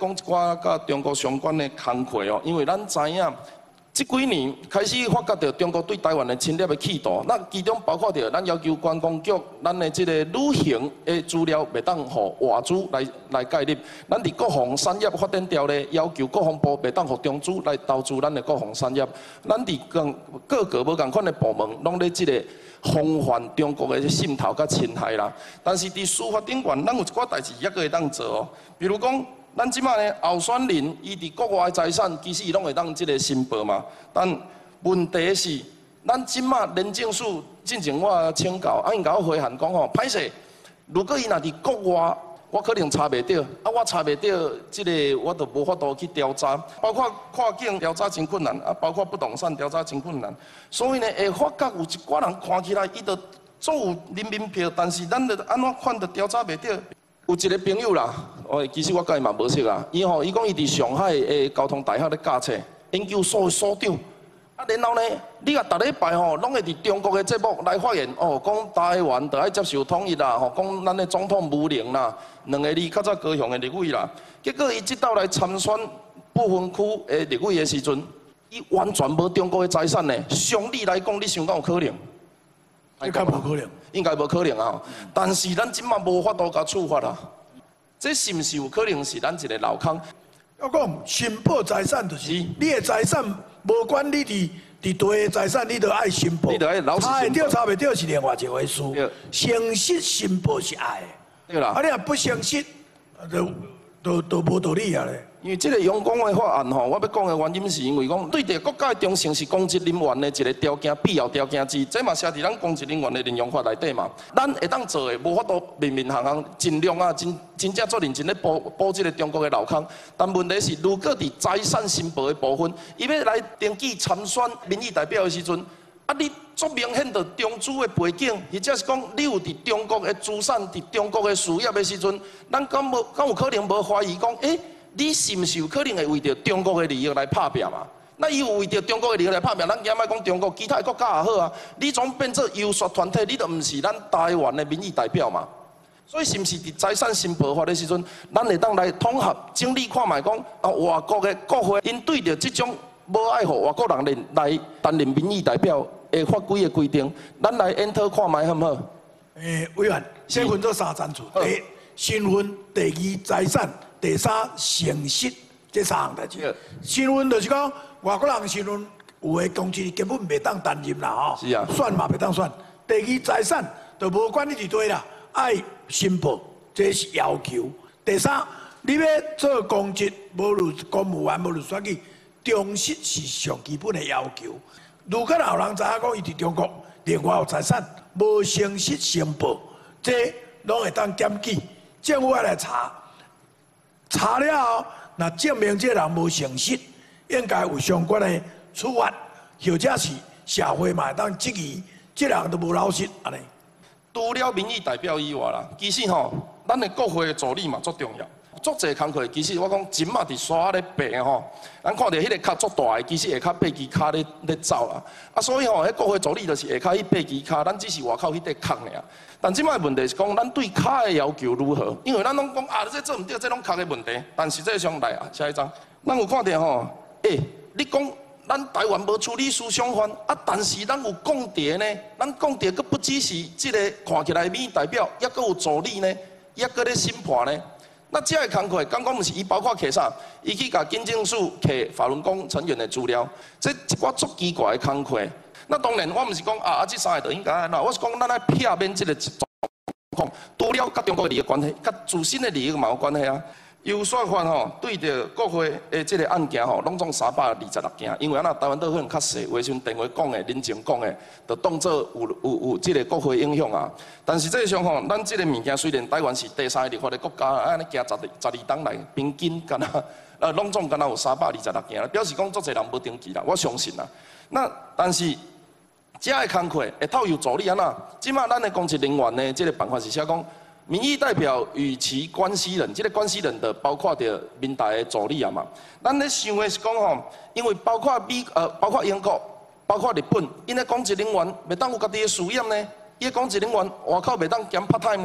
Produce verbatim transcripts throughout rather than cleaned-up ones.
讲一寡甲中国相关的工课哦，因为咱知影。 这几年开始发觉到中国对台湾的侵略的企图，那其中包括着咱要求观光局，咱的这个旅行的资料袂当互外资来来介入。咱伫国防产业发展条例要求国防部袂当互中资来投资咱的国防产业。咱伫各各个无共款的部门，拢咧这个防范中国的渗透甲侵害啦。但是伫司法顶悬，咱有一寡代志抑阁会当做哦，比如讲。 咱即摆呢，候选人伊伫国外的财产，其实伊拢会当即个申报嘛。但问题是，咱即摆廉政署进前我请教，啊因甲我回函讲吼，歹势，如果伊若伫国外，我可能查袂到，啊我查袂到，即个我就无法度去调查，包括跨境调查真困难，啊包括不动产调查真困难。所以呢，会发觉有一寡人看起来伊就做有人民票，但是咱着安怎看着调查袂到。 有一个朋友啦，哦，其实我甲伊嘛无熟啊。伊吼，伊讲伊伫上海诶交通大学咧教册，研究所所长。啊，然后呢，你啊，逐礼拜吼，拢会伫中国诶节目来发言，哦，讲台湾着爱接受统一啦，吼，讲咱诶总统无能啦，两个字较早高雄诶立委啦。结果伊即道来参选不分区诶立委诶时阵，伊完全无中国诶财产呢。常理来讲，你想敢有可能？ 应该无可能， 应该无可能啊！但是咱即马无法度甲处罚啊，这是毋是有可能是咱一个老坑？ 我讲申报财产就是，你的财产无管你伫伫地的财产，你都爱申报。 你都爱老实申报。 查会到查袂到是另外一回事。诚实申报是爱的。 对啦。 啊，你若不诚实，就就就无道理啊咧。 因为这个用公的法案吼，我要讲的原因是因为讲对着国家的忠诚是公职人员的一个条件，必要条件之一，这嘛写伫咱公职人员的任用法内底嘛。咱会当做的，无法度面面行行，尽量啊，真真正做认真咧补补这个中国的老坑。但问题是，如果伫财产申报的部分，伊要来登记参选民意代表的时阵，啊，你足明显着中资的背景，或者是讲你有伫中国的资产、伫中国的事业的时阵，咱敢无敢有可能无怀疑讲，诶、欸？ 你是毋是有可能会为着中国的利益来拍拼嘛？那伊有为着中国的利益来拍拼，咱也莫讲中国其他的国家也好啊。你总变做游说团体，你都毋是咱台湾的民意代表嘛？所以是毋是伫财产申报法的时阵，咱会当来统合整理看卖讲啊，外国的国会因对着即种无爱互外国人来来担任民意代表的法规的规定，咱来检讨看卖好毋好？ 诶，委员，先分做三层次：第一，身份；第二，财产。 第三，诚实，这三项代志。身份就是讲，外国人身份有的公职根本袂当担任啦，吼。 是啊。 选嘛袂当选。第二，财产就无管你伫对啦，爱申报，这是要求。第三，你要做公职，无论公务员，无论选举，忠实是上基本的要求。如果有人知影讲伊伫中国另外有财产，无诚实申报，这拢会当检举，政府要来查。 查了后，那证明这人无诚实，应该有相关的处罚，或者是社会嘛当质疑，这人都无老实安尼。 除了民意代表以外啦，其实吼，咱的国会的助理嘛足重要。足侪工课，其实我讲真嘛伫沙咧爬吼，咱看到迄个脚足大的，其实下骹爬支骹咧咧走啦。啊，所以吼，迄国会助理就是下骹去爬支骹，咱只是外口迄块壳尔。但即摆问题是讲，咱对骹的要求如何？因为咱拢讲啊，这做毋对，这拢壳的问题。但实际上来啊，下一张，咱有看到吼，诶、欸，你讲咱台湾无处理思想犯啊，但是咱有讲碟呢，咱讲碟佫不只是即个看起来民意代表，抑佫有助理呢，抑佫咧审判呢。 那这个工课，刚刚毋是伊包括摕啥？伊去甲警政署摕法轮功成员的资料，这一寡足奇怪的工课。那当然，我毋是讲啊啊，这三个就应该安怎，我是讲咱来避免这个状况，除了甲中国利益关系，甲自身的利益嘛有关系啊。游说法吼，对着国会的这个案件吼，拢总三百二十六件，因为咱台湾岛可能较细，有时阵电话讲的、人情讲的，就当做有有有这个国会影响啊。但实际上吼，咱这个物件虽然台湾是第三个立法的国家，安尼行十十二档来，平均干那呃，拢总干那有三百二十六件，表示讲足侪人无登记啦，我相信啦。那但是这个工课会透由助理安那，即马咱的公职人员呢，这个办法是写讲。 民意代表与其关系人，这个关系人的包括着民代的助理啊嘛。咱咧想的是讲吼，因为包括美呃，包括英国，包括日本，因的公职人员袂当有家己的事业呢，伊的公职人员外口袂当兼 part time 呢。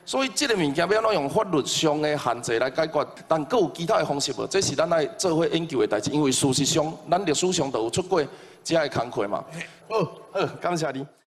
所以这个物件要怎用法律上的限制来解决，但佫有其他的方式无？这是咱来做伙研究的代志，因为事实上咱历史上都有出过这样的工课嘛。 好， 好，感谢你。